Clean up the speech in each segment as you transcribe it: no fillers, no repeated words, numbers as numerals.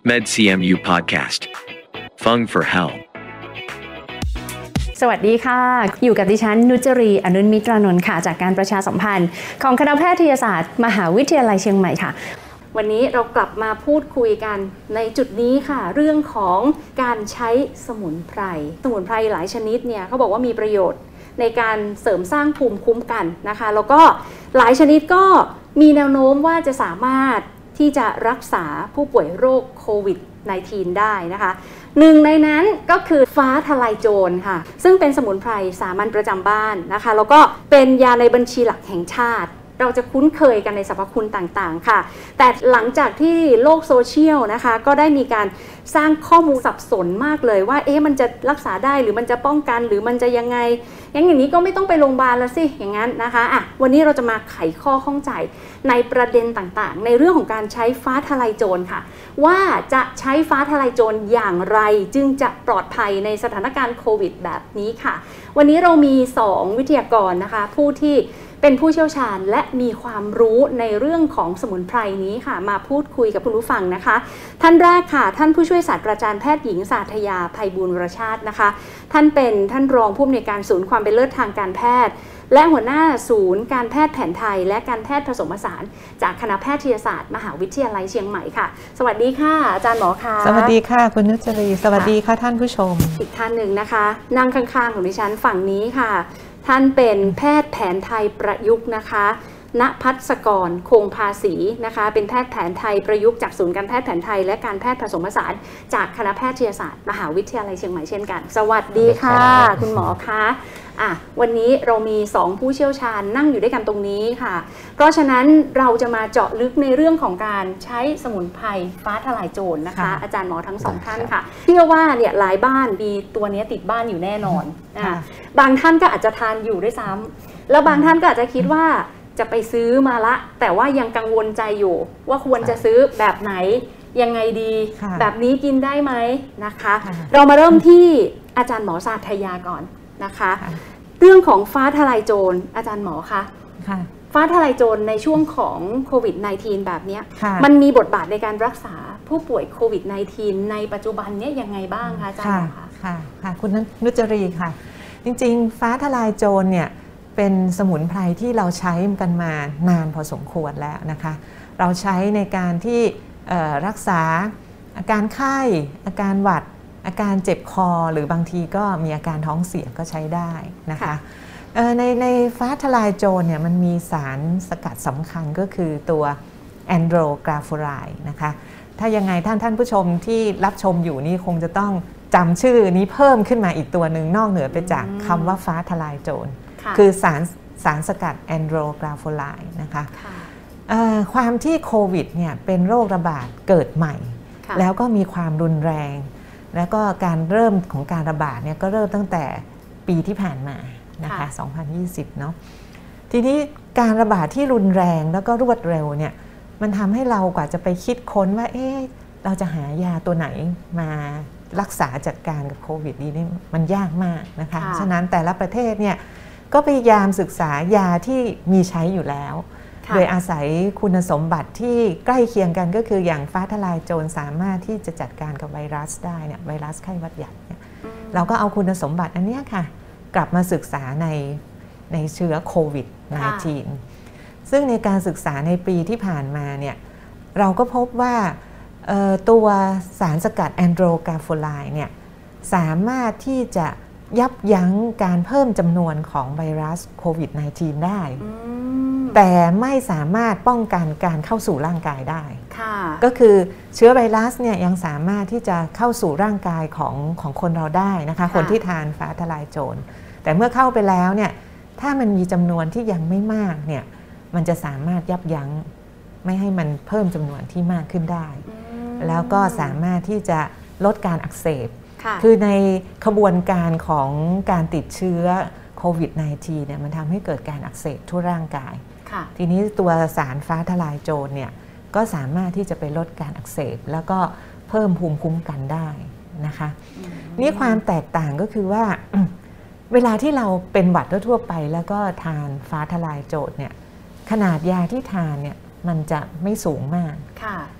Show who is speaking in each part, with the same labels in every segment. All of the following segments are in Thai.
Speaker 1: MedCMU Podcast Fung for Hell
Speaker 2: สวัสดีค่ะอยู่กับดิฉันนุจรีอนุมิตรานนท์ค่ะจากการประชาสัมพันธ์ของคณะแพทยศาสตร์มหาวิทยาลัยเชียงใหม่ค่ะวันนี้เรากลับมาพูดคุยกันในจุดนี้ค่ะเรื่องของการใช้สมุนไพรหลายชนิดเนี่ยเขาบอกว่ามีประโยชน์ในการเสริมสร้างภูมิคุ้มกันนะคะแล้วก็หลายชนิดก็มีแนวโน้มว่าจะสามารถที่จะรักษาผู้ป่วยโรคโควิด -19 ได้นะคะหนึ่งในนั้นก็คือฟ้าทลายโจรค่ะซึ่งเป็นสมุนไพรสามัญประจำบ้านนะคะแล้วก็เป็นยาในบัญชีหลักแห่งชาติเราจะคุ้นเคยกันในสรรพคุณต่างๆค่ะแต่หลังจากที่โลกโซเชียลนะคะก็ได้มีการสร้างข้อมูลสับสนมากเลยว่ามันจะรักษาได้หรือมันจะป้องกันหรือมันจะยังไงอย่างนี้ก็ไม่ต้องไปโรงพยาบาลแล้วสิอย่างนั้นนะคะวันนี้เราจะมาไขข้อข้องใจในประเด็นต่างๆในเรื่องของการใช้ฟ้าทลายโจรค่ะว่าจะใช้ฟ้าทลายโจรอย่างไรจึงจะปลอดภัยในสถานการณ์โควิดแบบนี้ค่ะวันนี้เรามี2วิทยากรนะคะผู้ที่เป็นผู้เชี่ยวชาญและมีความรู้ในเรื่องของสมุนไพรนี้ค่ะมาพูดคุยกับคุณผู้ฟังนะคะท่านแรกค่ะท่านผู้ช่วยศาสตราจารย์แพทย์หญิงสาธยาไพบูลย์วรชาตินะคะท่านรองผู้อำนวยการศูนย์ความเป็นเลิศทางการแพทย์และหัวหน้าศูนย์การแพทย์แผนไทยและการแพทย์ผสมผสานจากคณะแพทยศาสตร์มหาวิทยาลัยเชียงใหม่ค่ะสวัสดีค่ะอาจารย์หมอค่ะ
Speaker 3: สวัสดีค่ะคุณนุจรีสวัสดีค่ะท่านผู้ชม
Speaker 2: อีกท่านหนึ่งนะคะนั่งข้างๆของดิฉันฝั่งนี้ค่ะท่านเป็นแพทย์แผนไทยประยุกต์นะคะณภัสกรคงภาษีนะคะเป็นแพทย์แผนไทยประยุกต์จากศูนย์การแพทย์แผนไทยและการแพทย์ผสมผสานจากคณะแพทยศาสตร์มหาวิทยาลัยเชียงใหม่เช่นกันสวัสดีค่ะคุณหมอคะวันนี้เรามี2ผู้เชี่ยวชาญนั่งอยู่ด้วยกันตรงนี้ค่ะเพราะฉะนั้นเราจะมาเจาะลึกในเรื่องของการใช้สมุนไพรฟ้าทลายโจรนะคะอาจารย์หมอทั้ง2ท่านค่ะเชื่อว่าเนี่ยหลายบ้านมีตัวนี้ติดบ้านอยู่แน่นอนบางท่านก็อาจจะทานอยู่ด้วยซ้ำแล้วบางท่านก็อาจจะคิดว่าจะไปซื้อมาละแต่ว่ายังกังวลใจอยู่ว่าควรจะซื้อแบบไหนยังไงดีแบบนี้กินได้ไหมนะคะเรามาเริ่มที่อาจารย์หมอสาธยาก่อนนะคะเรื่องของฟ้าทลายโจรอาจารย์หมอคะฟ้าทลายโจรในช่วงของโควิด -19 แบบนี้มันมีบทบาทในการรักษาผู้ป่วยโควิด -19 ในปัจจุบันนี้ยังไงบ้างคะอาจารย์หมอคะ
Speaker 3: ค่ะคุณนุจรีค่ะจริงๆฟ้าทลายโจรเนี่ยเป็นสมุนไพรที่เราใช้กันมานานพอสมควรแล้วนะคะเราใช้ในการที่รักษาอาการไข้อาการหวัดอาการเจ็บคอหรือบางทีก็มีอาการท้องเสียก็ใช้ได้นะคะในฟ้าทลายโจรเนี่ยมันมีสารสกัดสำคัญก็คือตัวแอนโดรกราโฟไลน์นะคะถ้ายังไงท่านผู้ชมที่รับชมอยู่นี่คงจะต้องจำชื่อนี้เพิ่มขึ้นมาอีกตัวหนึ่งนอกเหนือไปจากคำว่าฟ้าทลายโจรคือสารสกัดแอนโดรกราโฟไลน์นะคะความที่โควิดเนี่ยเป็นโรคระบาดเกิดใหม่แล้วก็มีความรุนแรงแล้วก็การเริ่มของการระบาดเนี่ยก็เริ่มตั้งแต่ปีที่ผ่านมานะคะ2020เนาะทีนี้การระบาดที่รุนแรงแล้วก็รวดเร็วเนี่ยมันทำให้เรากว่าจะไปคิดค้นว่าเราจะหายาตัวไหนมารักษาจัดการกับโควิดนี้มันยากมากนะคะฉะนั้นแต่ละประเทศเนี่ยก็พยายามศึกษายาที่มีใช้อยู่แล้วโดยอาศัยคุณสมบัติที่ใกล้เคียงกันก็คืออย่างฟ้าทลายโจรสามารถที่จะจัดการกับไวรัสได้เนี่ยไวรัสไข้หวัดใหญ่เนี่ยเราก็เอาคุณสมบัติอันนี้ค่ะกลับมาศึกษาในเชื้อโควิด -19 ซึ่งในการศึกษาในปีที่ผ่านมาเนี่ยเราก็พบว่าตัวสารสกัดแอนโดรกราโฟไลน์เนี่ยสามารถที่จะยับยั้งการเพิ่มจำนวนของไวรัสโควิด -19 ได้แต่ไม่สามารถป้องกันการเข้าสู่ร่างกายได้ก็คือเชื้อไวรัสเนี่ยยังสามารถที่จะเข้าสู่ร่างกายของคนเราได้นะคะคนที่ทานฟ้าทลายโจรแต่เมื่อเข้าไปแล้วเนี่ยถ้ามันมีจำนวนที่ยังไม่มากเนี่ยมันจะสามารถยับยั้งไม่ให้มันเพิ่มจำนวนที่มากขึ้นได้แล้วก็สามารถที่จะลดการอักเสบคือในขบวนการของการติดเชื้อโควิด -19 เนี่ยมันทำให้เกิดการอักเสบทั่วร่างกายทีนี้ตัวสารฟ้าทลายโจรเนี่ยก็สามารถที่จะไปลดการอักเสบแล้วก็เพิ่มภูมิคุ้มกันได้นะคะนี่ความแตกต่างก็คือว่าเวลาที่เราเป็นหวัดทั่วไปแล้วก็ทานฟ้าทลายโจรเนี่ยขนาดยาที่ทานเนี่ยมันจะไม่สูงมาก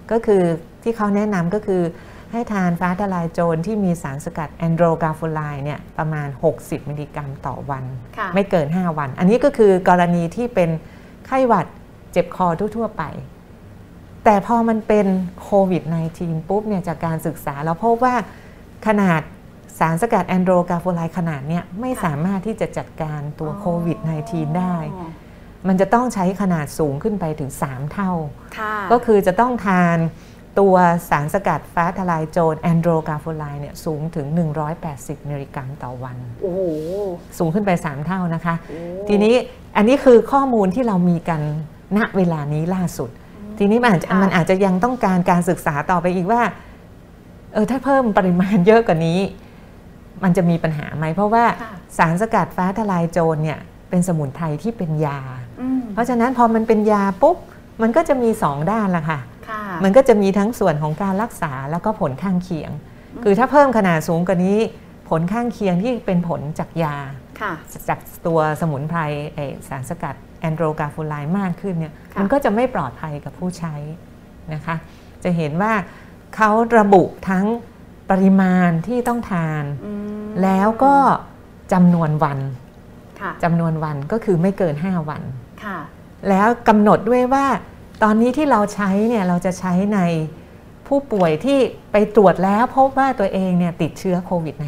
Speaker 3: ก็คือที่เขาแนะนำก็คือให้ทานฟ้าทลายโจรที่มีสารสกัดแอนโดรกาโฟไลน์เนี่ยประมาณ60มิลลิกรัมต่อวันไม่เกิน5วันอันนี้ก็คือกรณีที่เป็นไข้หวัดเจ็บคอทั่วๆไปแต่พอมันเป็นโควิด -19 ปุ๊บเนี่ยจากการศึกษาเราพบว่าขนาดสารสกัดแอนโดรกาโฟไลน์ขนาดเนี้ยไม่สามารถที่จะจัดการตัวโควิด -19 ได้มันจะต้องใช้ขนาดสูงขึ้นไปถึง3เท่าก็คือจะต้องทานตัวสารสกัดฟ้าทลายโจรแอนโดรกาโฟไลน์เนี่ยสูงถึง180มิลลิกรัมต่อวันโอ้โหสูงขึ้นไป3เท่านะคะทีนี้อันนี้คือข้อมูลที่เรามีกันณเวลานี้ล่าสุดทีนี้มันอาจจะยังต้องการศึกษาต่อไปอีกว่าถ้าเพิ่มปริมาณเยอะกว่านี้มันจะมีปัญหาไหมเพราะว่าสารสกัดฟ้าทลายโจรเนี่ยเป็นสมุนไพรที่เป็นยาเพราะฉะนั้นพอมันเป็นยาปุ๊บมันก็จะมี2ด้านละค่ะมันก็จะมีทั้งส่วนของการรักษาแล้วก็ผลข้างเคียงคือถ้าเพิ่มขนาดสูงกว่านี้ผลข้างเคียงที่เป็นผลจากยาจากตัวสมุนไพรสารสกัดแอนโดรกาโฟไลน์มากขึ้นเนี่ยมันก็จะไม่ปลอดภัยกับผู้ใช้นะคะจะเห็นว่าเขาระบุทั้งปริมาณที่ต้องทานแล้วก็จำนวนวันก็คือไม่เกิน5วันแล้วกำหนดด้วยว่าตอนนี้ที่เราใช้เนี่ยเราจะใช้ในผู้ป่วยที่ไปตรวจแล้วพบว่าตัวเองเนี่ยติดเชื้อโควิด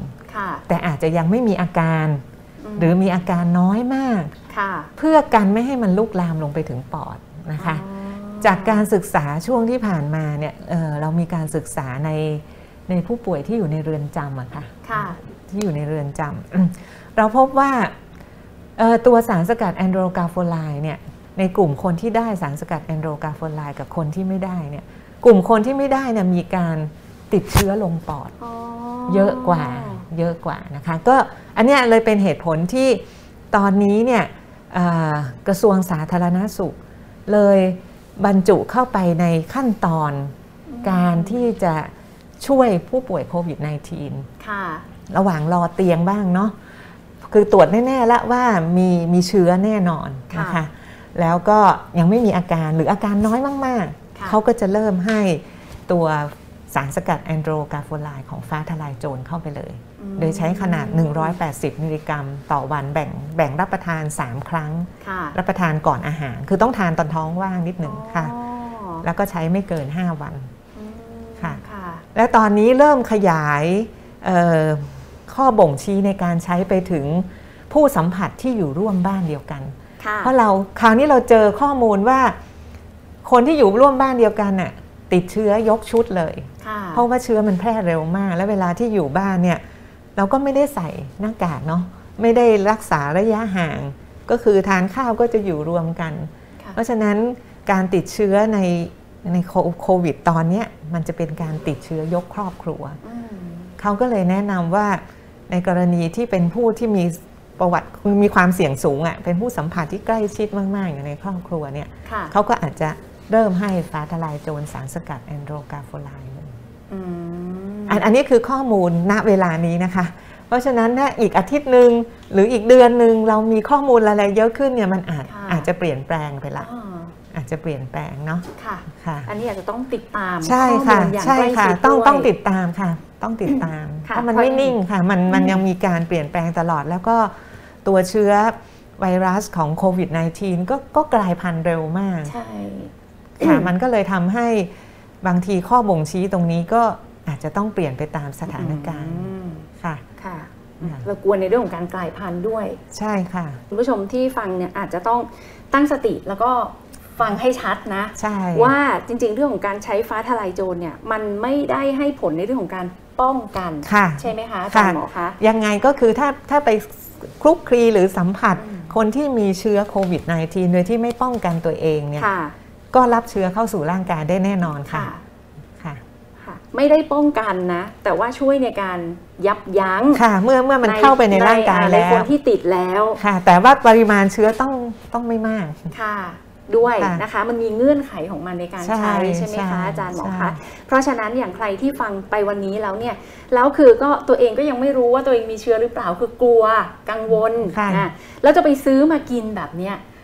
Speaker 3: -19 แต่อาจจะยังไม่มีอาการหรือมีอาการน้อยมากเพื่อกันไม่ให้มันลุกลามลงไปถึงปอดนะคะจากการศึกษาช่วงที่ผ่านมาเนี่ยเรามีการศึกษาในผู้ป่วยที่อยู่ในเรือนจำอะค่ะที่อยู่ในเรือนจำเราพบว่าตัวสารสกัดแอนโดรกาโฟไลน์เนี่ยในกลุ่มคนที่ได้สารสกัดแอนโดรกาโฟไลน์กับคนที่ไม่ได้เนี่ยกลุ่มคนที่ไม่ได้เนี่ยมีการติดเชื้อลงปอดเยอะกว่านะคะก็อันนี้เลยเป็นเหตุผลที่ตอนนี้เนี่ยกระทรวงสาธารณสุขเลยบรรจุเข้าไปในขั้นตอนการที่จะช่วยผู้ป่วยโควิด -19 ระหว่างรอเตียงบ้างเนาะคือตรวจแน่ๆแล้วว่ามีเชื้อแน่นอนนะคะแล้วก็ยังไม่มีอาการหรืออาการน้อยมากๆเขาก็จะเริ่มให้ตัวสารสกัดแอนโดรกาโฟไลน์ของฟ้าทลายโจรเข้าไปเลยโดยใช้ขนาด180มิลลิกรัมต่อวันแบ่งรับประทาน3ครั้งรับประทานก่อนอาหารคือต้องทานตอนท้องว่างนิดหนึ่งค่ะแล้วก็ใช้ไม่เกิน5วันค่ะและตอนนี้เริ่มขยายข้อบ่งชี้ในการใช้ไปถึงผู้สัมผัสที่อยู่ร่วมบ้านเดียวกันเพราะคราวนี้เราเจอข้อมูลว่าคนที่อยู่ร่วมบ้านเดียวกันน่ะติดเชื้อยกชุดเลยเพราะว่าเชื้อมันแพร่เร็วมากและเวลาที่อยู่บ้านเนี่ยเราก็ไม่ได้ใส่หน้ากากเนาะไม่ได้รักษาระยะห่างก็คือทานข้าวก็จะอยู่รวมกันเพราะฉะนั้นการติดเชื้อในโควิดตอนนี้มันจะเป็นการติดเชื้อยกครอบครัวเขาก็เลยแนะนำว่าในกรณีที่เป็นผู้ที่มีประวัติมีความเสี่ยงสูงอ่ะเป็นผู้สัมผัสที่ใกล้ชิดมากๆอยู่ในครอบครัวเนี่ยเขาก็อาจจะเริ่มให้ฟ้าทลายโจรสารสกัดแอนโดรกาโฟไลน์อันนี้คือข้อมูลณเวลานี้นะคะเพราะฉะนั้นถ้าอีกอาทิตย์หนึ่งหรืออีกเดือนหนึ่งเรามีข้อมูลอะไรเยอะขึ้นเนี่ยมันอาจจะเปลี่ยนแปลงไปละอาจจะเปลี่ยนแปลงเนาะค่ะ
Speaker 2: อันนี้อาจจะต้องติดตาม
Speaker 3: ใช่ค่ะใช่ค่ะต้องติดตามค่ะต้องติดตามเพราะมันไม่นิ่งค่ะมันยังมีการเปลี่ยนแปลงตลอดแล้วก็ตัวเชื้อไวรัสของโควิด -19 ก็กลายพันธุ์เร็วมากใช่ค่ะมันก็เลยทำให้บางทีข้อบ่งชี้ตรงนี้ก็อาจจะต้องเปลี่ยนไปตามสถานการณ์ค่ะ
Speaker 2: เรากลัวในเรื่องของการกลายพันธุ์ด้วย
Speaker 3: ใช่ค่ะ
Speaker 2: คุณผู้ชมที่ฟังเนี่ยอาจจะต้องตั้งสติแล้วก็ฟังให้ชัดนะว่าจริงๆเรื่องของการใช้ฟ้าทลายโจรเนี่ยมันไม่ได้ให้ผลในเรื่องของการป้องกันใช่ไหมคะอาจารย์หมอคะ
Speaker 3: ยังไงก็คือถ้าไปคลุกคลีหรือสัมผัสคนที่มีเชื้อโควิด -19 โดยที่ไม่ป้องกันตัวเองเนี่ยก็รับเชื้อเข้าสู่ร่างกายได้แน่นอนค่ะ
Speaker 2: ไม่ได้ป้องกันนะแต่ว่าช่วยในการยับยั้ง
Speaker 3: ค่ะเมื่อมันเข้าไปในร่างกายแล้ว
Speaker 2: ในคนที่ติดแล้ว
Speaker 3: ค่ะแต่ว่าปริมาณเชื้อต้องไม่มาก
Speaker 2: ค่ะด้วยนะคะมันมีเงื่อนไขของมันในการใช้ใช่ไหมคะอาจารย์หมอคะเพราะฉะนั้นอย่างใครที่ฟังไปวันนี้แล้วเนี่ยแล้วคือก็ตัวเองก็ยังไม่รู้ว่าตัวเองมีเชื้อหรือเปล่าคือกลัวกังวลนะแล้วจะไปซื้อมากินแบบเนี้ย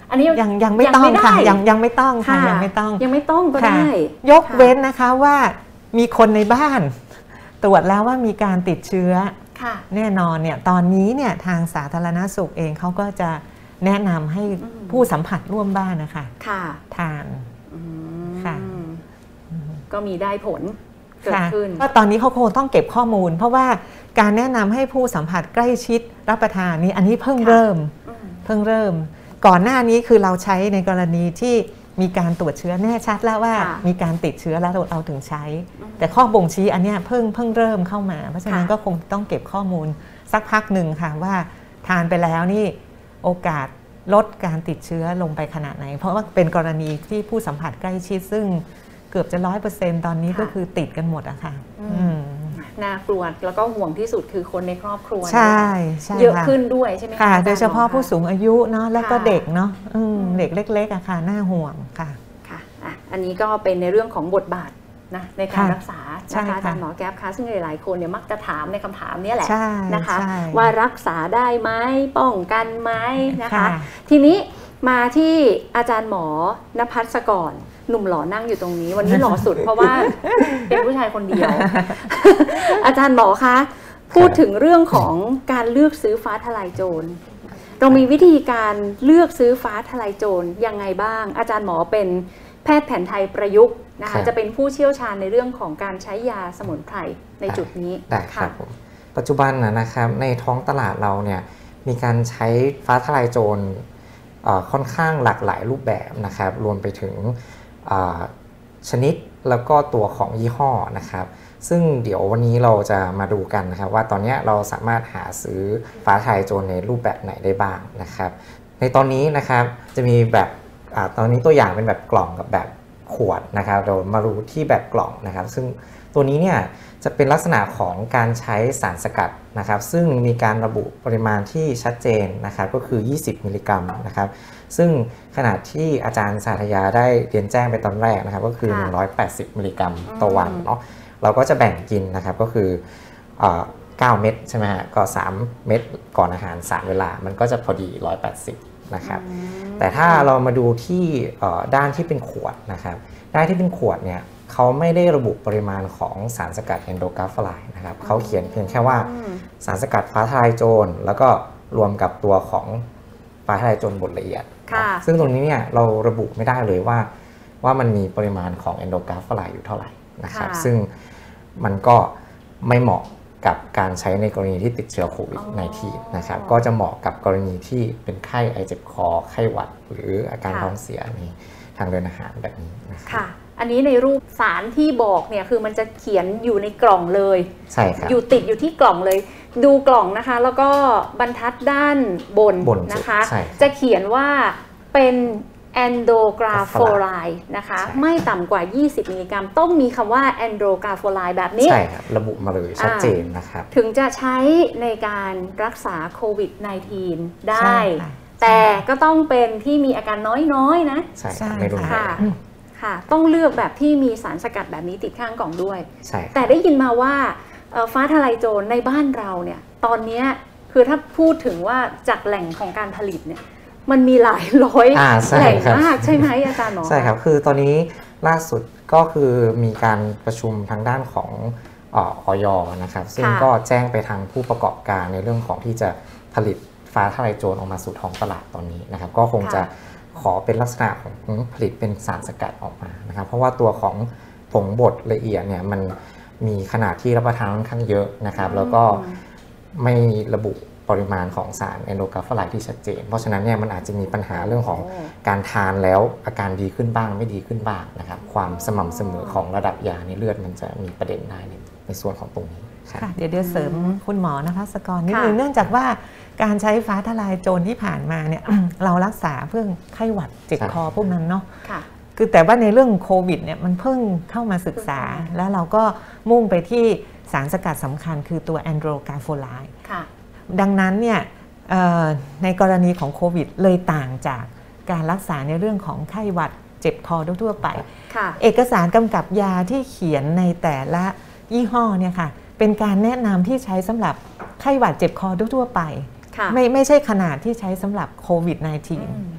Speaker 2: อันนี้
Speaker 3: ยังไม่ต้องค่ะยังไม่ต้องค่ะยังไม่ต้อง
Speaker 2: ก็ได้
Speaker 3: ยกเว้นนะคะว่ามีคนในบ้านตรวจแล้วว่ามีการติดเชื้อแน่นอนเนี่ยตอนนี้เนี่ยทางสาธารณสุขเองเขาก็จะแนะนำให้ผู้สัมผัสร่วมบ้านนะคะทานค่ะ
Speaker 2: ก็มีได้ผลเกิดขึ้น
Speaker 3: ก็ตอนนี้เขาคงต้องเก็บข้อมูลเพราะว่าการแนะนำให้ผู้สัมผัสใกล้ชิดรับประทานนี้อันนี้เพิ่งเริ่มก่อนหน้านี้คือเราใช้ในกรณีที่มีการตรวจเชื้อแน่ชัดแล้วว่ามีการติดเชื้อแล้วเราถึงใช้แต่ข้อบ่งชี้อันนี้เพิ่งเริ่มเข้ามาเพราะฉะนั้นก็คงต้องเก็บข้อมูลสักพักหนึ่งค่ะว่าทานไปแล้วนี่โอกาสลดการติดเชื้อลงไปขนาดไหนเพราะว่าเป็นกรณีที่ผู้สัมผัสใกล้ชิดซึ่งเกือบจะ 100% ตอนนี้ก็คือติดกันหมดอะค่ะ
Speaker 2: น่ากลัวแล้วก็ห่วงที่สุดคือคนในครอบครัว
Speaker 3: ใช่
Speaker 2: เยอะขึ้นด้วยใช่ไหม
Speaker 3: คะโดยเฉพาะผู้สูงอายุเนาะแล้วก็เด็กเนาะเด็กเล็กๆอะค่ะน่าห่วงค่ะ
Speaker 2: อันนี้ก็เป็นในเรื่องของบทบาทนะในการรักษานะคะอาจารย์หมอแก๊ปคะซึ่งหลายๆคนเนี่ยมักจะถามในคำถามนี้แหละนะคะว่ารักษาได้ไหมป้องกันไหมนะคะทีนี้มาที่อาจารย์หมอณภัสกรหนุ่มหล่อนั่งอยู่ตรงนี้วันนี้หล่อสุดเพราะว่าเป็นผู้ชายคนเดียว อาจารย์หมอคะพูดถึงเรื่องของการเลือกซื้อฟ้าทลายโจรเรามีวิธีการเลือกซื้อฟ้าทลายโจรยังไงบ้างอาจารย์หมอเป็นแพทย์แผนไทยประยุกต์นะคะจะเป็นผู้เชี่ยวชาญในเรื่องของการใช้ยาสมุนไพรในจุดนี้
Speaker 4: ได้ครับผมปัจจุบันนะครับในท้องตลาดเราเนี่ยมีการใช้ฟ้าทลายโจรค่อนข้างหลากหลายรูปแบบนะครับรวมไปถึงชนิดแล้วก็ตัวของยี่ห้อนะครับซึ่งเดี๋ยววันนี้เราจะมาดูกันนะครับว่าตอนนี้เราสามารถหาซื้อฟ้าทลายโจรในรูปแบบไหนได้บ้างนะครับในตอนนี้นะครับจะมีแบบตอนนี้ตัวอย่างเป็นแบบกล่องกับแบบขวดนะครับเรามาดูที่แบบกล่องนะครับซึ่งตัวนี้เนี่ยจะเป็นลักษณะของการใช้สารสกัดนะครับซึ่งมีการระบุปริมาณที่ชัดเจนนะครับก็คือ20มิลลิกรัมนะครับซึ่งขนาดที่อาจารย์สาธยาได้เรียนแจ้งไปตอนแรกนะครับก็คือ180มิลลิกรัมต่อวันเนาะเราก็จะแบ่งกินนะครับก็คือ9เม็ดใช่ไหมฮะก็3เม็ดก่อนอาหาร3เวลามันก็จะพอดี180นะครับแต่ถ้าเรามาดูที่ด้านที่เป็นขวดนะครับด้านที่เป็นขวดเนี่ยเขาไม่ได้ระบุปริมาณของสารสกัดเอนโดกราฟไลน์นะครับเขาเขียนเพียงแค่ว่าสารสกัดฟ้าทลายโจรแล้วก็รวมกับตัวของฟ้าทลายโจรบดละเอียดซึ่งตรงนี้เนี่ยเราระบุไม่ได้เลยว่ามันมีปริมาณของเอนโดกราฟไลน์อยู่เท่าไหร่นะครับซึ่งมันก็ไม่เหมาะกับการใช้ในกรณีที่ติดเชื้อโควิด-19 นะครับก็จะเหมาะกับกรณีที่เป็นไข้ไอเจ็บคอไข้หวัดหรืออาการท้องเสียในทางเดินอาหารแบบนี้นะครับ
Speaker 2: อันนี้ในรูปสารที่บอกเนี่ยคือมันจะเขียนอยู่ในกล่องเลย
Speaker 4: ใช่ครับ
Speaker 2: อยู่ติดอยู่ที่กล่องเลยดูกล่องนะคะแล้วก็บรรทัดด้านบนนะคะจะเขียนว่าเป็นแอนโดกราโฟไลน์นะคะไม่ต่ำกว่า20มิลลิกรัมต้องมีคำว่าแอนโดกราโฟไลน์แบบนี้
Speaker 4: ใช่ครับระบุมาเลยชัดเจนนะครับ
Speaker 2: ถึงจะใช้ในการรักษาโควิด -19 ได้แต่ก็ต้องเป็นที่มีอาการน้อยๆนะ
Speaker 4: ใช่ครับไม่รุนแรง
Speaker 2: ค่ะต้องเลือกแบบที่มีสารสกัดแบบนี้ติดข้างกล่องด้วย
Speaker 4: ใช่
Speaker 2: แต่ได้ยินมาว่าฟ้าทลายโจรในบ้านเราเนี่ยตอนนี้คือถ้าพูดถึงว่าจากแหล่งของการผลิตเนี่ยมันมีหลายร้อยแหล่งมากใช่ไหมอาจารย์หมอ
Speaker 4: ใช่ครับคือตอนนี้ล่าสุดก็คือมีการประชุมทางด้านของอย.นะครับซึ่งก็แจ้งไปทางผู้ประกอบการในเรื่องของที่จะผลิตฟ้าทลายโจรออกมาสู่ท้องตลาดตอนนี้นะครับก็คงจะขอเป็นลักษณะของผลิตเป็นสารสกัดออกมานะครับเพราะว่าตัวของผงบดละเอียดเนี่ยมันมีขนาดที่รับประทานค่อนข้างเยอะนะครับแล้วก็ไม่ระบุปริมาณของสารเอนโดกราฟไลน์ที่ชัดเจนเพราะฉะนั้นเนี่ยมันอาจจะมีปัญหาเรื่องของการทานแล้วอาการดีขึ้นบ้างไม่ดีขึ้นบ้างนะครับความสม่ำเสมอของระดับยาในเลือดมันจะมีประเด็นได้ในส่วนของตรงนี้
Speaker 3: ค่ะเดี๋ยวเสริมคุณหมอณภัสกรนิดนึงเนื่องจากว่าการใช้ฟ้าทลายโจรที่ผ่านมาเนี่ยเรารักษาเพื่อไข้หวัดเจ็บคอพวกนั้นเนาะคือแต่ว่าในเรื่องโควิดเนี่ยมันเพิ่งเข้ามาศึกษาแล้วเราก็มุ่งไปที่สารสกัดสำคัญคือตัวแอนโดกราโฟไลน์ดังนั้นเนี่ยในกรณีของโควิดเลยต่างจากการรักษาในเรื่องของไข้หวัดเจ็บคอทั่วไปเอกสารกำกับยาที่เขียนในแต่ละยี่ห้อเนี่ยค่ะเป็นการแนะนำที่ใช้สำหรับไข้หวัดเจ็บคอทั่วไปไม่ใช่ขนาดที่ใช้สำหรับโควิด -19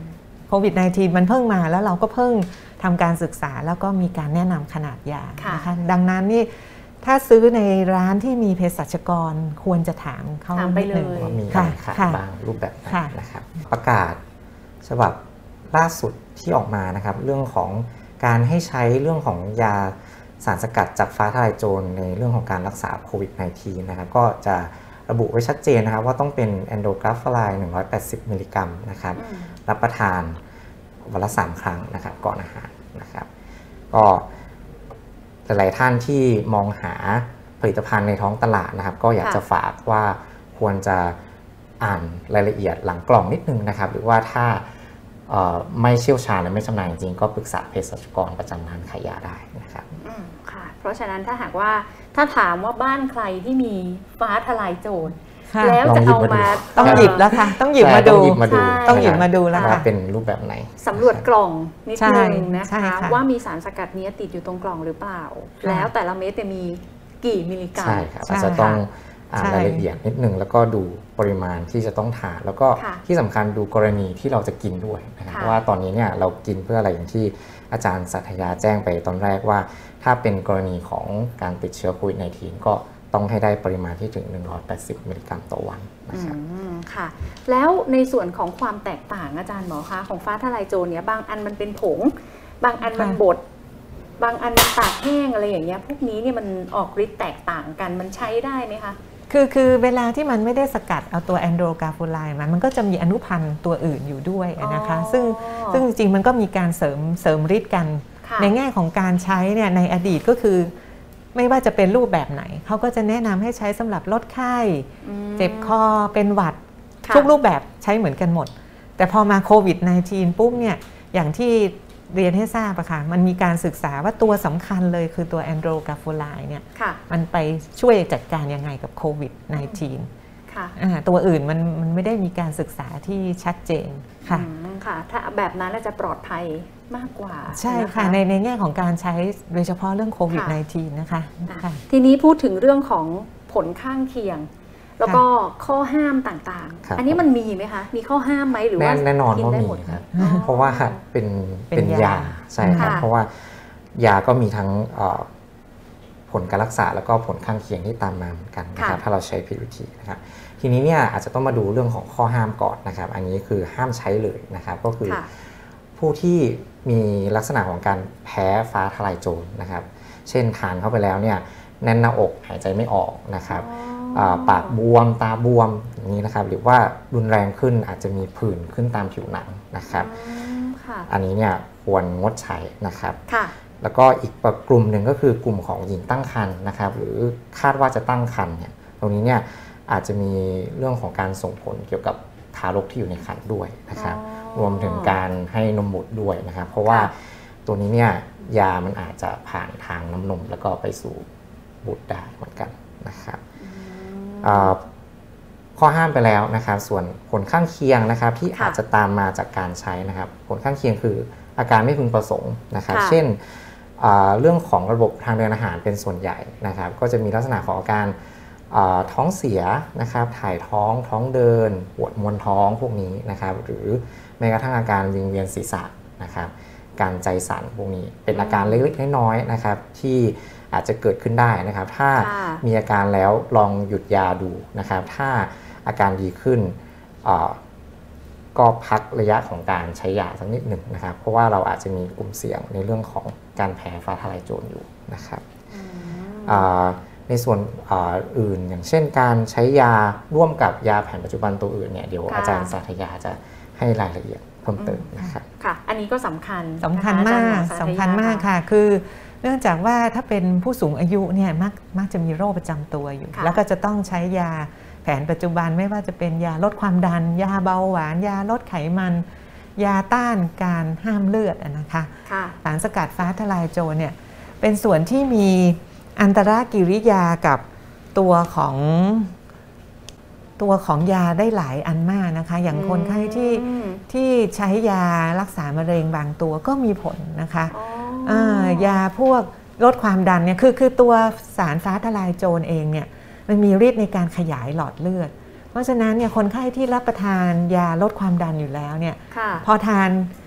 Speaker 3: โควิด -19 มันเพิ่งมาแล้วเราก็เพิ่งทำการศึกษาแล้วก็มีการแนะนำขนาดยานะคะดังนั้นนี่ถ้าซื้อในร้านที่มีเภสัชกรควรจะถามเขา
Speaker 2: ไปเลย
Speaker 4: ว่ามีการขายบางรูปแบบนะครับประกาศฉบับล่าสุดที่ออกมานะครับเรื่องของการให้ใช้เรื่องของยาสารสกัดจากฟ้าทะลายโจรในเรื่องของการรักษาโควิด -19 นะครับก็จะระบุไว้ชัดเจนนะครับว่าต้องเป็นแอนโดกราฟาไลน์180 มิลลิกรัมนะครับรับประทานวันละ3 ครั้งนะครับก่อนอาหารนะครับก็หลายๆท่านที่มองหาผลิตภัณฑ์ในท้องตลาดนะครับก็อยากจะฝากว่าควรจะอ่านรายละเอียดหลังกล่องนิดนึงนะครับหรือว่าถ้าไม่เชี่ยวชาญและไม่ชำนาญจริงก็ปรึกษาเภสัชกรประจำร้านขายยาได้นะครับ
Speaker 2: ค่ะเพราะฉะนั้นถ้าหากว่าถ้าถามว่าบ้านใครที่มีฟ้าทลายโจรแล้วจะเอามา
Speaker 3: ต้องหยิบแล้วค่ะต้องหยิบมาดูต้องหยิบมาดูแล้วค่ะ
Speaker 4: เป็นรูปแบบไหน
Speaker 2: สำรวจกล่องนิดนึงนะคะว่ามีสารสกัดนี้ติดอยู่ตรงกล่องหรือเปล่าแล้วแต่ละเม็ดจะมีกี่มิลลิกรัม
Speaker 4: ใช่ครับอาจจะต้องอ่านรายละเอียดนิดนึงแล้วก็ดูปริมาณที่จะต้องทานแล้วก็ที่สำคัญดูกรณีที่เราจะกินด้วยนะครับเพราะว่าตอนนี้เนี่ยเรากินเพื่ออะไรอย่างที่อาจารย์สัทยาแจ้งไปตอนแรกว่าถ้าเป็นกรณีของการติดเชื้อโควิด -19 ก็ต้องให้ได้ปริมาณที่ถึง180 มิลลิกรัมต่อวันนะครับ
Speaker 2: ค่ะแล้วในส่วนของความแตกต่างอาจารย์หมอคะของฟ้าทลายโจรเนี่ยบางอันมันเป็นผงบางอันมันบดบางอันมันตากแห้งอะไรอย่างเงี้ยพวกนี้เนี่ยมันออกฤทธิ์แตกต่างกันมันใช้ได้ไหมคะ
Speaker 3: คือเวลาที่มันไม่ได้สกัดเอาตัวแอนโดรกราฟูไลน์มันก็จะมีอนุพันธ์ตัวอื่นอยู่ด้วยนะคะซึ่งจริงๆมันก็มีการเสริมฤทธิ์กันในแง่ของการใช้เนี่ยในอดีตก็คือไม่ว่าจะเป็นรูปแบบไหนเขาก็จะแนะนำให้ใช้สำหรับลดไข้เจ็บคอเป็นหวัดทุกรูปแบบใช้เหมือนกันหมดแต่พอมาโควิด -19 ปุ๊บเนี่ยอย่างที่เรียนให้ทราบอะค่ะมันมีการศึกษาว่าตัวสำคัญเลยคือตัวแอนโดรกราฟูไลน์เนี่ยมันไปช่วยจัดการยังไงกับโควิด -19 ตัวอื่นมันไม่ได้มีการศึกษาที่ชัดเจนค่ะ
Speaker 2: ถ้าแบบนั้นจะปลอดภัยมากกว่า
Speaker 3: ใช่ค่ะในแง่ของการใช้โดยเฉพาะเรื่องโควิด -19 นะคะ
Speaker 2: ทีนี้พูดถึงเรื่องของผลข้างเคียงแล้วก็ข้อห้ามต่างๆอันนี้มันมีไหมคะมีข้อห้ามไหมหรือว่า
Speaker 4: แน่นอนว่ามีครับเพราะว่าเป็นยาใช่ครับเพราะว่ายาก็มีทั้งผลการรักษาแล้วก็ผลข้างเคียงที่ตามมาเหมือนกันนะครับถ้าเราใช้ผิดวิธีนะครับทีนี้เนี่ยอาจจะต้องมาดูเรื่องของข้อห้ามก่อนนะครับอันนี้คือห้ามใช้เลยนะครับก็คือผู้ที่มีลักษณะของการแพ้ฟ้าทลายโจรนะครับเช่นทานเข้าไปแล้วเนี่ยแน่นหน้าอกหายใจไม่ออกนะครับปากบวมตาบวมอย่างนี้นะครับหรือว่ารุนแรงขึ้นอาจจะมีผื่นขึ้นตามผิวหนังนะครับอันนี้เนี่ยควรงดใช้นะครับแล้วก็อีกกลุ่มหนึ่งก็คือกลุ่มของหญิงตั้งครรภ์นะครับหรือคาดว่าจะตั้งครรภ์เนี่ยตรงนี้เนี่ยอาจจะมีเรื่องของการส่งผลเกี่ยวกับทารกที่อยู่ในครรภ์ด้วยนะครับรวมถึงการให้นมบุตรด้วยนะครับเพราะว่าตัวนี้เนี่ยยามันอาจจะผ่านทางน้ำนมแล้วก็ไปสู่บุตรได้เหมือนกันนะครับข้อห้ามไปแล้วนะครับส่วนผลข้างเคียงนะครับที่อาจจะตามมาจากการใช้นะครับผลข้างเคียงคืออาการไม่พึงประสงค์นะครับเช่นเรื่องของระบบทางเดินอาหารเป็นส่วนใหญ่นะครับก็จะมีลักษณะของอาการท้องเสียนะครับถ่ายท้องเดินปวดมวนท้องพวกนี้นะครับหรือแม้กระทั่งอาการวิงเวียนศีรษะนะครับการใจสั่นพวกนี้เป็นอาการเล็กๆน้อยๆนะครับที่อาจจะเกิดขึ้นได้นะครับถ้ามีอาการแล้วลองหยุดยาดูนะครับถ้าอาการดีขึ้นก็พักระยะของการใช้ยาสักนิดหนึ่งนะครับเพราะว่าเราอาจจะมีกลุ่มเสี่ยงในเรื่องของการแพ้ฟ้าทลายโจรอยู่นะครับในส่วนอื่นอย่างเช่นการใช้ยาร่วมกับยาแผนปัจจุบันตัวอื่นเนี่ยเดี๋ยวอาจารย์สัทยาจะให้รายละเอียดเพิ่มเติมนะครับ
Speaker 2: ค่ะอันนี้ก็สำคัญ
Speaker 3: มากค่ะคือเนื่องจากว่าถ้าเป็นผู้สูงอายุเนี่ยมักจะมีโรคประจำตัวอยู่แล้วก็จะต้องใช้ยาแผนปัจจุบันไม่ว่าจะเป็นยาลดความดันยาเบาหวานยาลดไขมันยาต้านการห้ามเลือดนะคะสารสกัดฟ้าทลายโจรเนี่ยเป็นส่วนที่มีอันตรกิริยากับตัวของยาได้หลายอันมากนะคะอย่างคนไข้ที่ใช้ยารักษามะเร็งบางตัวก็มีผลนะคะยาพวกลดความดันเนี่ยคือตัวสารฟ้าทลายโจรเองเนี่ยมันมีฤทธิ์ในการขยายหลอดเลือดเพราะฉะนั้นเนี่ยคนไข้ที่รับประทานยาลดความดันอยู่แล้วเนี่ยพอทาน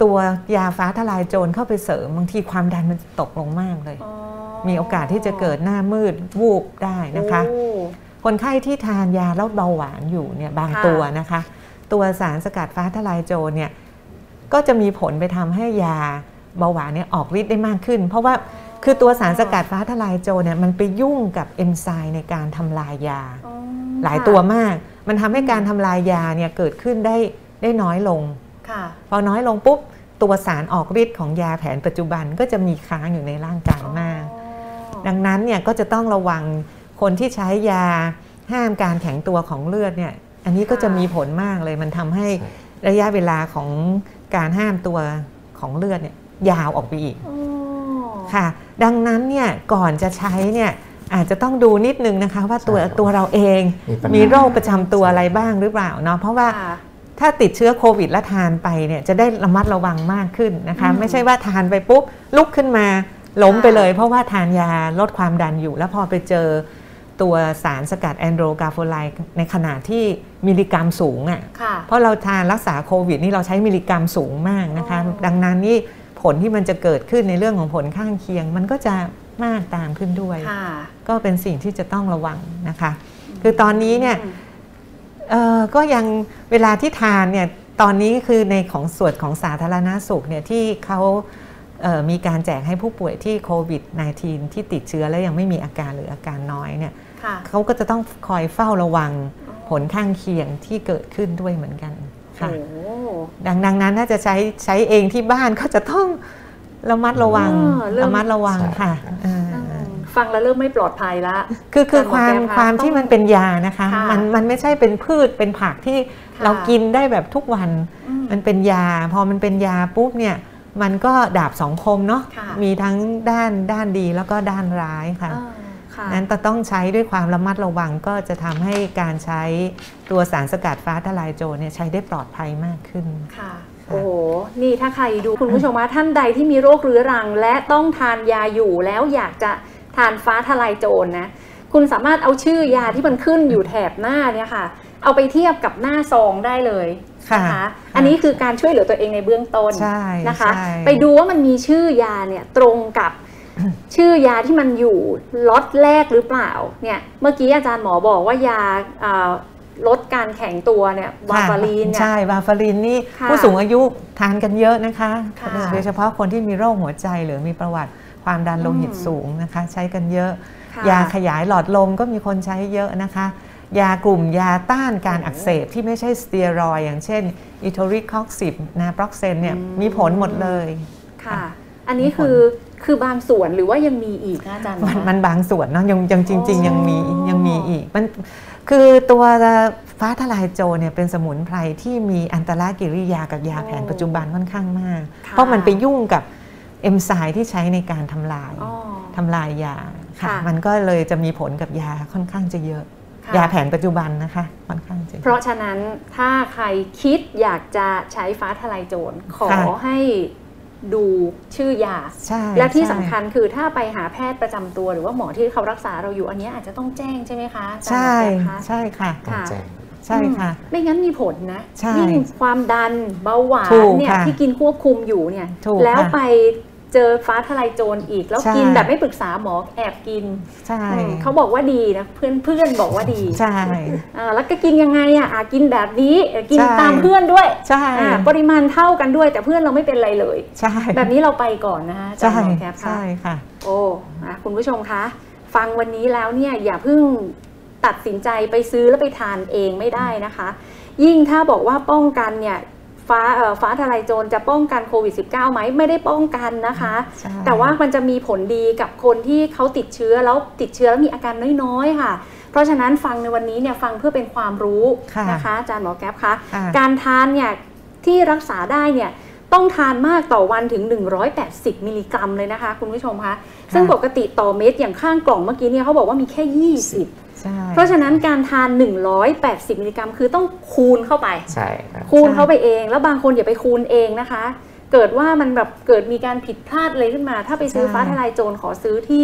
Speaker 3: ตัวยาฟ้าทลายโจรเข้าไปเสริมบางทีความดันมันตกลงมากเลยมีโอกาสที่จะเกิดหน้ามืดวูบได้นะคะคนไข้ที่ทานยาลดเบาหวานอยู่เนี่ยบางตัวนะคะตัวสารสกัดฟ้าทลายโจรเนี่ยก็จะมีผลไปทำให้ยาเบาหวานเนี่ยออกฤทธิ์ได้มากขึ้นเพราะว่าคือตัวสารสกัดฟ้าทลายโจรเนี่ยมันไปยุ่งกับเอนไซม์ในการทำลายยาหลายตัวมากมันทำให้การทำลายยาเนี่ยเกิดขึ้นได้น้อยลงพอน้อยลงปุ๊บตัวสารออกฤทธิ์ของยาแผนปัจจุบันก็จะมีค้างอยู่ในร่างกายมากดังนั้นเนี่ยก็จะต้องระวังคนที่ใช้ยาห้ามการแข็งตัวของเลือดเนี่ยอันนี้ก็จะมีผลมากเลยมันทำให้ระยะเวลาของการห้ามตัวของเลือดเนี่ยยาวออกไปอีกค่ะดังนั้นเนี่ยก่อนจะใช้เนี่ยอาจจะต้องดูนิดนึงนะคะว่าตัวเราเองมีโรคประจำตัวอะไรบ้างหรือเปล่าเนาะเพราะว่าถ้าติดเชื้อโควิดแล้วทานไปเนี่ยจะได้ระมัดระวังมากขึ้นนะคะไม่ใช่ว่าทานไปปุ๊บลุกขึ้นมาล้มไปเลยเพราะว่าทานยาลดความดันอยู่แล้วพอไปเจอตัวสารสกัดแอนโดรกาโฟไลด์ในขนาดที่มิลลิกรัมสูงอ่ะเพราะเราทานรักษาโควิดนี่เราใช้มิลลิกรัมสูงมากนะคะดังนั้นนี่ผลที่มันจะเกิดขึ้นในเรื่องของผลข้างเคียงมันก็จะมากตามขึ้นด้วยก็เป็นสิ่งที่จะต้องระวังนะคะคือตอนนี้เนี่ยก็ยังเวลาที่ทานเนี่ยตอนนี้คือในของส่วนของสาธารณสุขเนี่ยที่เขามีการแจกให้ผู้ป่วยที่โควิด -19 ที่ติดเชื้อแล้วยังไม่มีอาการหรืออาการน้อยเนี่ยเขาก็จะต้องคอยเฝ้าระวังผลข้างเคียงที่เกิดขึ้นด้วยเหมือนกันค่ะดังนั้นถ้าจะใช้เองที่บ้านก็จะต้องระมัดระวังค่ะ
Speaker 2: ฟังแล้วเริ่มไม่ปลอดภัยละ
Speaker 3: คือความที่มันเป็นยานะคะมันไม่ใช่เป็นพืชเป็นผักที่เรากินได้แบบทุกวันมันเป็นยาพอมันเป็นยาปุ๊บเนี่ยมันก็ดาบสองคมเนาะมีทั้งด้านดีแล้วก็ด้านร้ายค่ะนั้นต้องใช้ด้วยความระมัดระวังก็จะทำให้การใช้ตัวสารสกัดฟ้าทลายโจรเนี่ยใช้ได้ปลอดภัยมากขึ้น
Speaker 2: ค่ะโอ้โหนี่ถ้าใครดูคุณผู้ชมว่าท่านใดที่มีโรคเรื้อรังและต้องทานยาอยู่แล้วอยากจะทานฟ้าทลายโจรนะคุณสามารถเอาชื่อยาที่มันขึ้นอยู่แถบหน้าเนี่ยค่ะเอาไปเทียบกับหน้าซองได้เลยนะคะอันนี้คือการช่วยเหลือตัวเองในเบื้องต้นนะคะไปดูว่ามันมีชื่อยาเนี่ยตรงกับชื่อยาที่มันอยู่ล็อตแรกหรือเปล่าเนี่ยเมื่อกี้อาจารย์หมอบอกว่ายาลดการแข็งตัวเนี่ยวาฟารีนเนี่ย
Speaker 3: ใช่วาฟารีนนี่ผู้สูงอายุทานกันเยอะนะคะโดยเฉพาะคนที่มีโรคหัวใจหรือมีประวัติความดันโลหิตสูงนะคะใช้กันเยอะยาขยายหลอดลมก็มีคนใช้เยอะนะคะยากลุ่มยาต้านการอักเสบที่ไม่ใช่สเตียรอยด์อย่างเช่นอิโทริคอกซิบนาโปรกเซนเนี่ยมีผลหมดเลย
Speaker 2: ค่ะอันนี้คือบางส่วนหรือว่ายังมีอีกนะอาจารย์
Speaker 3: มันบางส่วนเนาะยังจริงๆยังมีอีกมันคือตัวฟ้าทลายโจรเนี่ยเป็นสมุนไพรที่มีอันตรกิริยากับยาแผนปัจจุบันค่อนข้างมากเพราะมันไปยุ่งกับเอนไซม์ที่ใช้ในการทำลายยาค่ะมันก็เลยจะมีผลกับยาค่อนข้างจะเยอะยาแผนปัจจุบันนะคะค่อนข้างจะ
Speaker 2: เพราะฉะนั้นถ้าใครคิดอยากจะใช้ฟ้าทลายโจรขอให้ดูชื่อยาและที่สำคัญคือถ้าไปหาแพทย์ประจำตัวหรือว่าหมอที่เขารักษาเราอยู่อันนี้อาจจะต้องแจ้งใช่ไหมคะ
Speaker 3: ใช่ค่ะใช่ค่ะ
Speaker 2: ไม่งั้นมีผลนะยิ่งความดันเบาหวานเนี่ยที่กินควบคุมอยู่เนี่ยแล้วไปเจอฟ้าทลายโจรอีกแล้วกินแบบไม่ปรึกษาหมอแอบกินเขาบอกว่าดีนะเพื่อนบอกว่าดี
Speaker 3: ใช่
Speaker 2: แล้วก็กินยังไงกินแบบนี้กินตามเพื่อนด้วยปริมาณเท่ากันด้วยแต่เพื่อนเราไม่เป็นไรเลยแบบนี้เราไปก่อนนะคะอาจารย์หมอแคปค่ะ
Speaker 3: ใช่ค่ะ
Speaker 2: โอ้คุณผู้ชมคะฟังวันนี้แล้วเนี่ยอย่าเพิ่งตัดสินใจไปซื้อแล้วไปทานเองไม่ได้นะคะยิ่งถ้าบอกว่าป้องกันเนี่ยฟ้าทลายโจรจะป้องกันโควิด -19 ไหมไม่ได้ป้องกันนะคะแต่ว่ามันจะมีผลดีกับคนที่เขาติดเชื้อแล้วมีอาการน้อยๆค่ะเพราะฉะนั้นฟังในวันนี้เนี่ยฟังเพื่อเป็นความรู้นะคะอาจารย์หมอแก๊ปคะการทานเนี่ยที่รักษาได้เนี่ยต้องทานมากต่อวันถึง180มิลลิกรัมเลยนะคะคุณผู้ชมคะซึ่งปกติต่อเม็ดอย่างข้างกล่องเมื่อกี้เนี่ยเขาบอกว่ามีแค่20เพราะฉะนั้นการทาน180มิลลิกรัมคือต้องคูณเข้าไปคูณเข้าไปเองแล้วบางคนอย่าไปคูณเองนะคะเกิดว่ามันแบบเกิดมีการผิดพลาดอะไรขึ้นมาถ้าไปซื้อฟ้าทลายโจรขอซื้อที่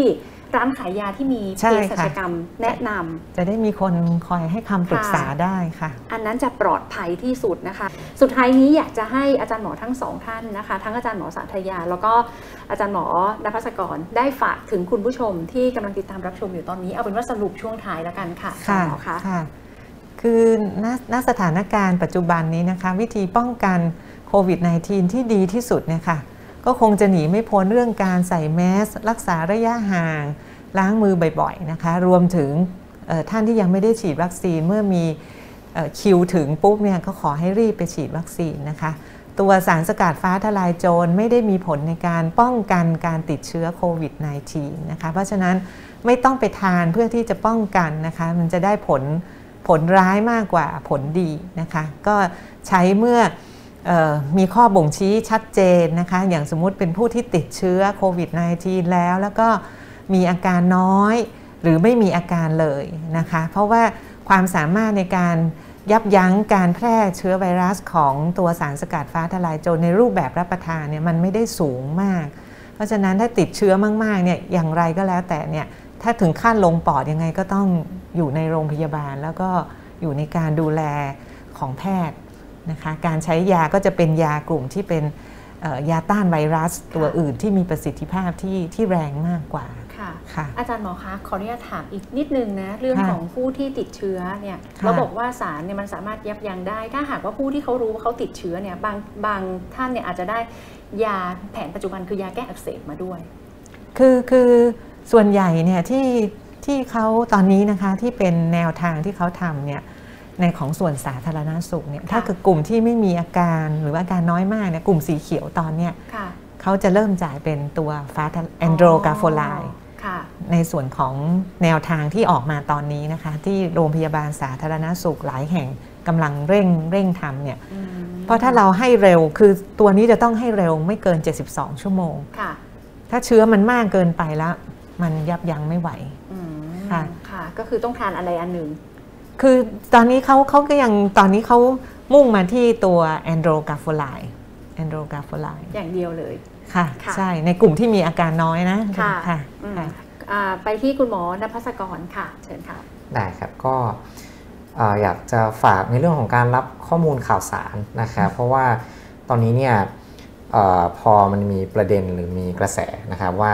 Speaker 2: ร้านขายยาที่มีเภสัชกรรมแนะนำ
Speaker 3: จะได้มีคนคอยให้คำปรึกษาได้ค่ะ
Speaker 2: อันนั้นจะปลอดภัยที่สุดนะคะสุดท้ายนี้อยากจะให้อาจารย์หมอทั้งสองท่านนะคะทั้งอาจารย์หมอสาธยาแล้วก็อาจารย์หมอนภัสกรได้ฝากถึงคุณผู้ชมที่กำลังติดตามรับชมอยู่ตอนนี้เอาเป็นว่าสรุปช่วงท้ายแล้วกันค่ะ
Speaker 3: ค่ะค่ะคือณสถานการณ์ปัจจุบันนี้นะคะวิธีป้องกันโควิด -19 ที่ดีที่สุดเนี่ยค่ะก็คงจะหนีไม่พ้นเรื่องการใส่แมสรักษาระยะห่างล้างมือบ่อยๆนะคะรวมถึงท่านที่ยังไม่ได้ฉีดวัคซีนเมื่อมีคิวถึงปุ๊บเนี่ยก็ขอให้รีบไปฉีดวัคซีนนะคะตัวสารสกัดฟ้าทลายโจรไม่ได้มีผลในการป้องกันการติดเชื้อโควิด -19 นะคะเพราะฉะนั้นไม่ต้องไปทานเพื่อที่จะป้องกันนะคะมันจะได้ผลร้ายมากกว่าผลดีนะคะก็ใช้เมื่อมีข้อบ่งชี้ชัดเจนนะคะอย่างสมมุติเป็นผู้ที่ติดเชื้อโควิด -19 แล้วก็มีอาการน้อยหรือไม่มีอาการเลยนะคะเพราะว่าความสามารถในการยับยั้งการแพร่เชื้อไวรัสของตัวสารสกัดฟ้าทลายโจรในรูปแบบรับประทานเนี่ยมันไม่ได้สูงมากเพราะฉะนั้นถ้าติดเชื้อมากๆเนี่ยอย่างไรก็แล้วแต่เนี่ยถ้าถึงขั้นลงปอดยังไงก็ต้องอยู่ในโรงพยาบาลแล้วก็อยู่ในการดูแลของแพทย์นะคะการใช้ยาก็จะเป็นยากลุ่มที่เป็นยาต้านไวรัสตัวอื่นที่มีประสิทธิภาพที่แรงมากกว่า
Speaker 2: ค่ะอาจารย์หมอคะขออนุญาตถามอีกนิดนึงนะเรื่องของผู้ที่ติดเชื้อเนี่ยเราบอกว่าสารเนี่ยมันสามารถยับยั้งได้ถ้าหากว่าผู้ที่เขารู้ว่าเขาติดเชื้อเนี่ยบางท่านเนี่ยอาจจะได้ยาแผนปัจจุบันคือยาแก้อักเสบมาด้วย
Speaker 3: คือส่วนใหญ่เนี่ยที่เขาตอนนี้นะคะที่เป็นแนวทางที่เขาทำเนี่ยในของส่วนสาธารณสุขเนี่ยถ้าคือกลุ่มที่ไม่มีอาการหรือว่าอาการน้อยมากเนี่ยกลุ่มสีเขียวตอนเนี้ยเขาจะเริ่มจ่ายเป็นตัวฟ้าแอนโดรกาโฟไลด์ในส่วนของแนวทางที่ออกมาตอนนี้นะคะที่โรงพยาบาลสาธารณสุขหลายแห่งกำลังเร่งทำเนี่ยเพราะถ้าเราให้เร็วคือตัวนี้จะต้องให้เร็วไม่เกิน72ชั่วโมงถ้าเชื้อมันมากเกินไปแล้วมันยับยั้งไม่ไหว
Speaker 2: ค่ะก็คือต้องทานอะไรอันหนึ่ง
Speaker 3: คือตอนนี้เขาก็ยังตอนนี้เขามุ่งมาที่ตัวแอนโดรกาโฟไลด์
Speaker 2: อย่างเดียวเลย
Speaker 3: ค่ะใช่ในกลุ่มที่มีอาการน้อยนะ
Speaker 2: ค่ะไปที่คุณหมอนภัสกรค่ะเชิญค่ะ
Speaker 4: ได้ครับก็อยากจะฝากในเรื่องของการรับข้อมูลข่าวสารนะครับเพราะว่าตอนนี้เนี่ยพอมันมีประเด็นหรือมีกระแสนะครับว่า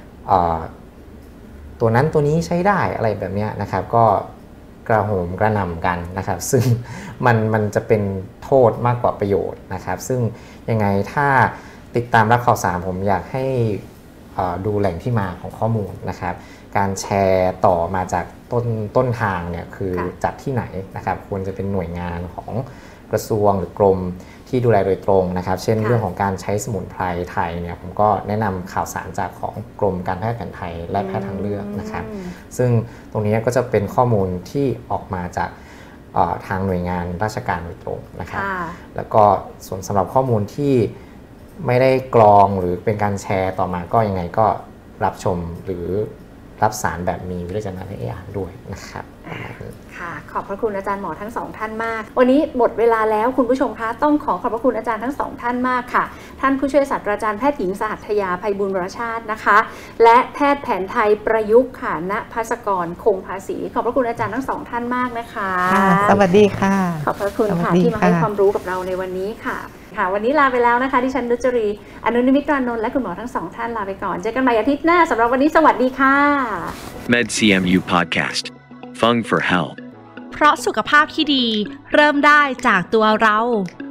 Speaker 4: ตัวนั้นตัวนี้ใช้ได้อะไรแบบนี้นะครับก็กระโหมกระหน่ำกันนะครับซึ่งมันจะเป็นโทษมากกว่าประโยชน์นะครับซึ่งยังไงถ้าติดตามรับข่าวสารผมอยากให้ดูแหล่งที่มาของข้อมูลนะครับการแชร์ต่อมาจากต้นทางเนี่ยคือจากที่ไหนนะครับควรจะเป็นหน่วยงานของกระทรวงหรือกรมที่ดูแลโดยตรงนะครับเช่นเรื่องของการใช้สมุนไพรไทยเนี่ยผมก็แนะนำข่าวสารจากของกรมการแพทย์แผนไทยและแพทย์ทางเลือกนะครับซึ่งตรงนี้ก็จะเป็นข้อมูลที่ออกมาจากทางหน่วยงานราชการโดยตรงนะครับแล้วก็ส่วนสำหรับข้อมูลที่ไม่ได้กรองหรือเป็นการแชร์ต่อมาก็ยังไงก็รับชมหรือรับสารแบบมีวิจารณญาณด้วยนะครับ
Speaker 2: ค่ะขอบพระคุณอาจารย์หมอทั้งสองท่านมากวันนี้หมดเวลาแล้วคุณผู้ชมคะต้องขอบพระคุณอาจารย์ทั้งสองท่านมากค่ะท่านผู้ช่วยศาสตราจารย์แพทย์หญิงสหัตถยาไพบูลย์วรชาตินะคะและแพทย์แผนไทยประยุกต์ค่ะณภัสกรคงภาษีขอบพระคุณอาจารย์ทั้งสองท่านมากนะคะ
Speaker 3: สวัสดีค่ะ
Speaker 2: ขอบพระคุณค่ะที่มาให้ความรู้กับเราในวันนี้ค่ะวันนี้ลาไปแล้วนะคะดิฉันนุชจรีอนุนิมิตรานนท์และคุณหมอทั้งสองท่านลาไปก่อนเจอกันใหม่อาทิตย์หน้าสำหรับวันนี้สวัสดีค่ะ
Speaker 1: MedCMU Podcast Fung for Health
Speaker 5: เพราะสุขภาพที่ดีเริ่มได้จากตัวเรา